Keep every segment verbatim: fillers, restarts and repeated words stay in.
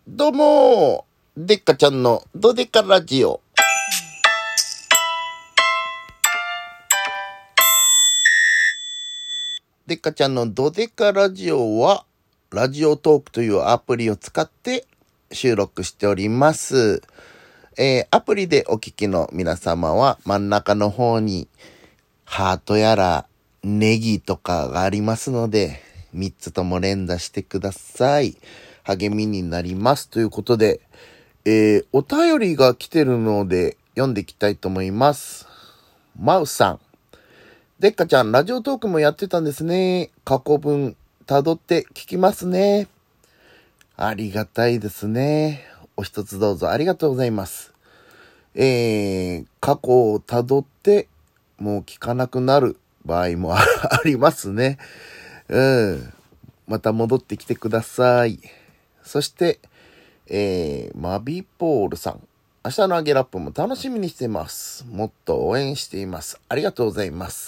どうもー、でっかちゃんのどでかラジオ。でっかちゃんのどでかラジオは、ラジオトークというアプリを使って収録しております。えー、アプリでお聞きの皆様は真ん中の方にハートやらネギとかがありますので、みっつとも連打してください。励みになります。ということで、えー、お便りが来てるので読んでいきたいと思います。マウさん。でっかちゃん、ラジオトークもやってたんですね。過去文辿って聞きますね。ありがたいですね。お一つどうぞありがとうございます。えー、過去を辿ってもう聞かなくなる場合もありますね。うん。また戻ってきてください。そして、えー、マビポールさん。明日のアゲラップも楽しみにしています。もっと応援しています。ありがとうございます。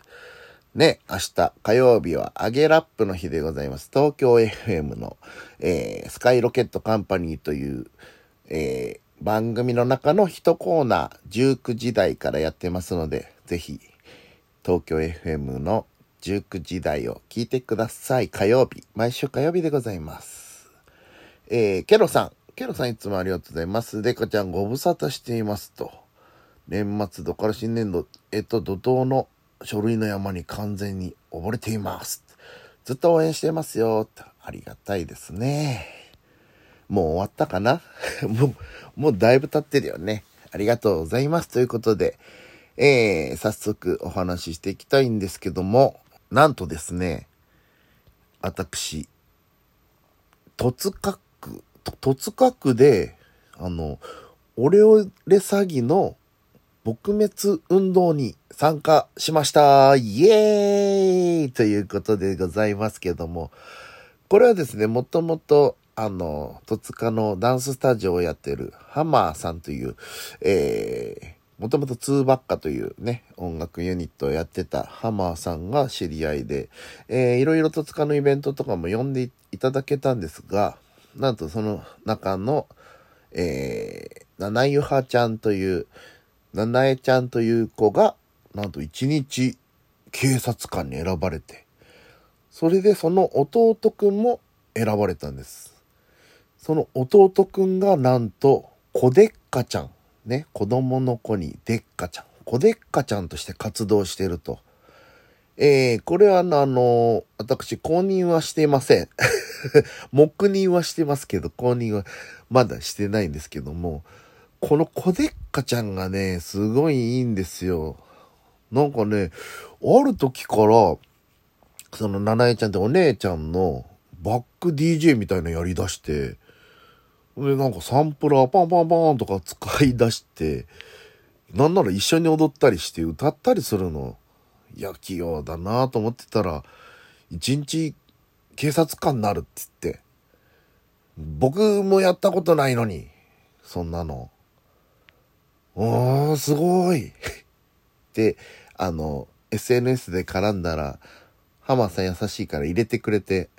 ね、明日火曜日はアゲラップの日でございます。東京 エフエム の、えー、スカイロケットカンパニーという、えー、番組の中の一コーナー、じゅうくじ台からやってますので、ぜひ東京 エフエム のじゅうくじ台を聞いてください。火曜日、毎週火曜日でございます。えー、ケロさん。ケロさんいつもありがとうございます。でかちゃんご無沙汰していますと。年末度から新年度、えっと、怒涛の書類の山に完全に溺れています。ずっと応援してますよ。ありがたいですね。もう終わったかなもう、もうだいぶ経ってるよね。ありがとうございます。ということで、えー、早速お話ししていきたいんですけども、なんとですね、私、戸塚区、戸塚区で、あの、オレオレ詐欺の撲滅運動に参加しました。イエーイということでございますけども、これはですね、もともと、あの、戸塚のダンススタジオをやってるハマーさんという、えー、もともとツーバッカというね、音楽ユニットをやってたハマーさんが知り合いで、えー、いろいろ戸塚のイベントとかも呼んでいただけたんですが、なんとその中の、えー、ななゆはちゃんという、ななえちゃんという子が、なんと一日警察官に選ばれて、それでその弟くんも選ばれたんです。その弟くんがなんと、子でっかちゃん。ね、子供の子にでっかちゃん。子でっかちゃんとして活動していると。えー、これはあの、私公認はしていません。黙認はしてますけど、公認はまだしてないんですけども、この子でっかちゃんがね、すごいいいんですよ。なんかね、ある時から、そのななえちゃんってお姉ちゃんのバック ディージェー みたいなのやり出して、で、なんかサンプラーパンパンパンとか使い出して、なんなら一緒に踊ったりして歌ったりするの。いや、器用だなと思ってたら、一日警察官になるって言って、僕もやったことないのに、そんなの。おー、すごいで、あの、エスエヌエス で絡んだら、ハマさん優しいから入れてくれて。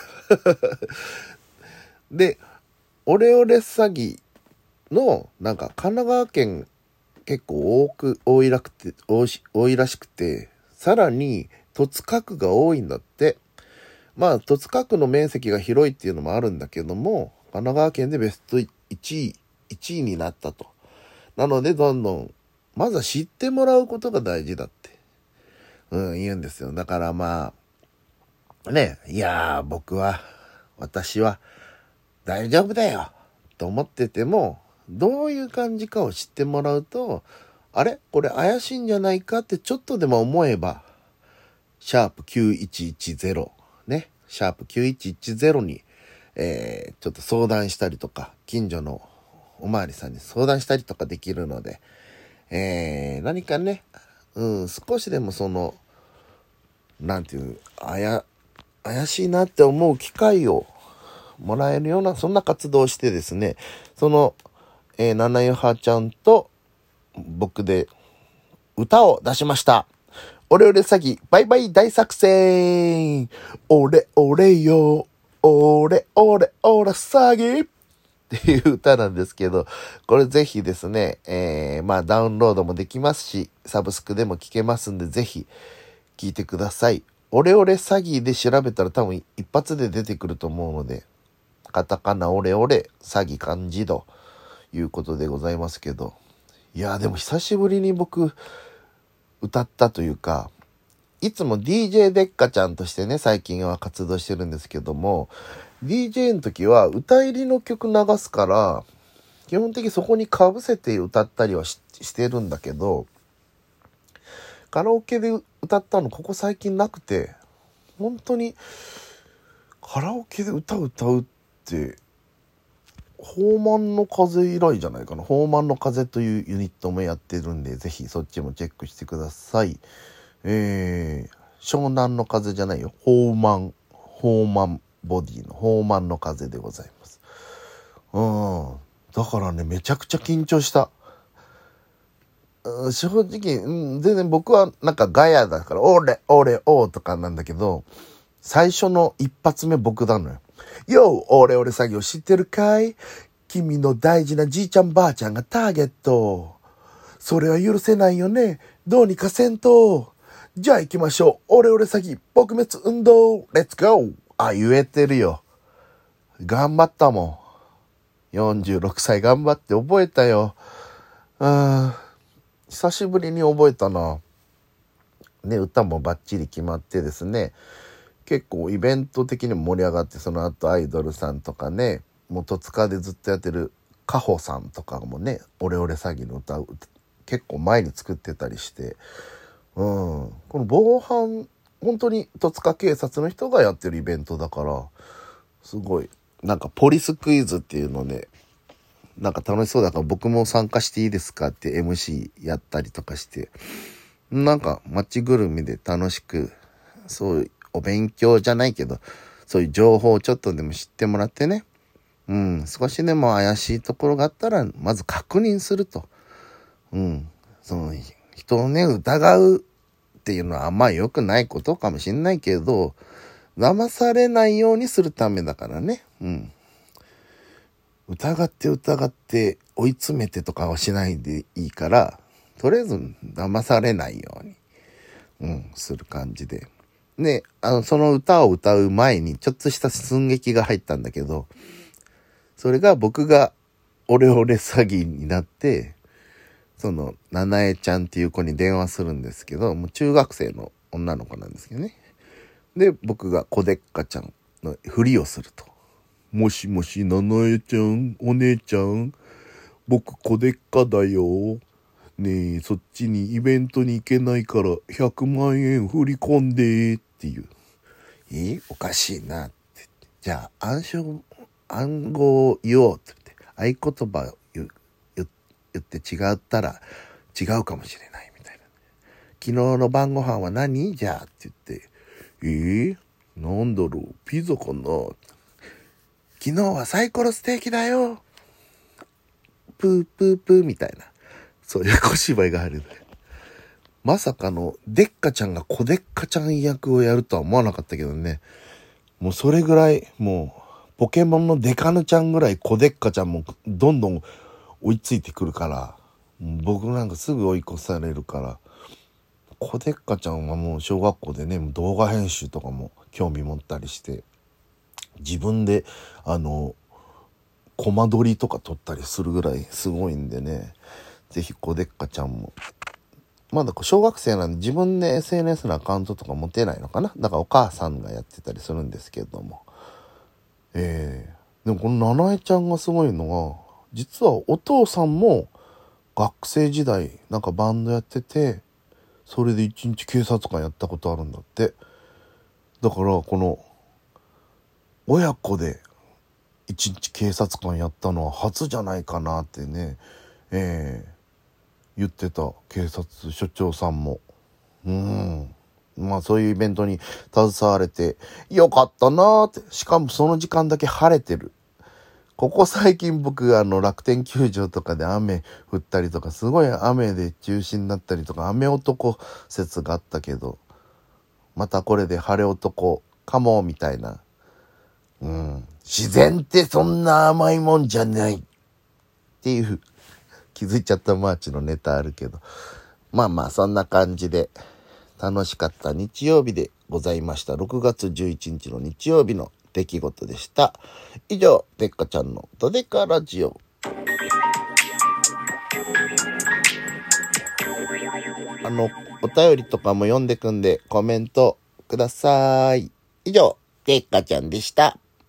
で、オレオレ詐欺の、なんか神奈川県結構多く、多いらくて、多いし、多いらしくて、さらに、戸塚区が多いんだって。まあ、戸塚区の面積が広いっていうのもあるんだけども、神奈川県でベストいちい、いちいになったと。なので、どんどん、まずは知ってもらうことが大事だって、うん、言うんですよ。だからまあ、ね、いやー、僕は、私は、大丈夫だよ、と思ってても、どういう感じかを知ってもらうと、あれこれ怪しいんじゃないかってちょっとでも思えば、シャープきゅういちいちゼロ、ね、シャープきゅういちいちゼロに、えー、ちょっと相談したりとか、近所のおまわりさんに相談したりとかできるので、えー、何かね、うん、少しでもその、なんていう、あや、怪しいなって思う機会をもらえるような、そんな活動をしてですね、その、えー、ななゆはちゃんと僕で歌を出しました。オレオレ詐欺、バイバイ大作戦。オレオレよ、オレオレオレ詐欺。 っていう歌なんですけど、これぜひですね、えー、まあダウンロードもできますし、サブスクでも聴けますんで、ぜひ聴いてください。オレオレ詐欺で調べたら多分一発で出てくると思うので、カタカナオレオレ詐欺漢字ということでございますけど、いやでも久しぶりに僕歌ったというか、いつも ディージェー デッカちゃんとしてね最近は活動してるんですけども、 ディージェー の時は歌入りの曲流すから基本的にそこにかぶせて歌ったりは し, してるんだけど、カラオケで歌ったのここ最近なくて、本当にカラオケで歌歌うってホーマンの風以来じゃないかな。ホーマンの風というユニットもやってるんで、ぜひそっちもチェックしてください。えー、湘南の風じゃないよ。ホーマン、ホーマンボディのホーマンの風でございます。うん。だからね、めちゃくちゃ緊張した。うん、正直、うん、全然僕はなんかガヤだから、オレ、オレ、オーとかなんだけど、最初の一発目僕なのよ。よー、オレオレ詐欺を知ってるかい？君の大事なじいちゃんばあちゃんがターゲット。それは許せないよね。どうにかせんと。じゃあ行きましょう。オレオレ詐欺撲滅運動。レッツゴー。あ、言えてるよ。頑張ったもん。よんじゅうろくさい頑張って覚えたよ。あー、久しぶりに覚えたな。ね、歌もバッチリ決まってですね。結構イベント的にも盛り上がって、その後アイドルさんとかね、もう戸塚でずっとやってるカホさんとかもね、オレオレ詐欺の歌を結構前に作ってたりして、うん、この防犯、本当に戸塚警察の人がやってるイベントだから、すごいなんかポリスクイズっていうので、なんか楽しそうだから僕も参加していいですかって エムシー やったりとかして、なんか街ぐるみで楽しく、そういうお勉強じゃないけど、そういう情報をちょっとでも知ってもらってね、うん、少しでも怪しいところがあったらまず確認すると、うん、その人をね疑うっていうのはあんまり良くないことかもしれないけど、騙されないようにするためだからね、うん、疑って疑って追い詰めてとかはしないでいいから、とりあえず騙されないように、うん、する感じで。で、あの、その歌を歌う前にちょっとした寸劇が入ったんだけど、それが僕がオレオレ詐欺になって、その、ななえちゃんっていう子に電話するんですけど、もう中学生の女の子なんですけどね。で、僕がコデッカちゃんのふりをすると。もしもし、ななえちゃん、お姉ちゃん、僕コデッカだよ。ねえ、そっちにイベントに行けないからひゃくまんえん振り込んでっていう。え、おかしいなって。じゃあ暗証暗号を言おうって言って、合言葉を言言言って違ったら違うかもしれないみたいな。昨日の晩ご飯は何じゃあって言って、えー、なんだろう、ピザかな。昨日はサイコロステーキだよ。プープープーみたいな。そういう小芝居がある。まさかのデッカちゃんがコデッカちゃん役をやるとは思わなかったけどね。もうそれぐらい、もうポケモンのデカヌちゃんぐらいコデッカちゃんもどんどん追いついてくるから、僕なんかすぐ追い越されるから、コデッカちゃんはもう小学校でね、動画編集とかも興味持ったりして、自分であのコマ撮りとか撮ったりするぐらいすごいんでね、ぜひコデッカちゃんも、まだ小学生なんで自分で エスエヌエス のアカウントとか持てないのかな。だからお母さんがやってたりするんですけれども、えー、でもこのななえちゃんがすごいのが、実はお父さんも学生時代なんかバンドやってて、それで一日警察官やったことあるんだって。だからこの親子で一日警察官やったのは初じゃないかなってね、えー言ってた警察署長さんも。うん。まあそういうイベントに携われてよかったなーって。しかもその時間だけ晴れてる。ここ最近僕あの楽天球場とかで雨降ったりとか、すごい雨で中止になったりとか、雨男説があったけど、またこれで晴れ男かもみたいな。うん。 自然ってそんな甘いもんじゃないっていう気づいちゃったマーチのネタあるけど、まあまあそんな感じで楽しかった日曜日でございました。ろくがつじゅういちにちの日曜日の出来事でした。以上、てっかちゃんのドデカラジオ。あの、お便りとかも読んでくんでコメントください。以上、てっかちゃんでした。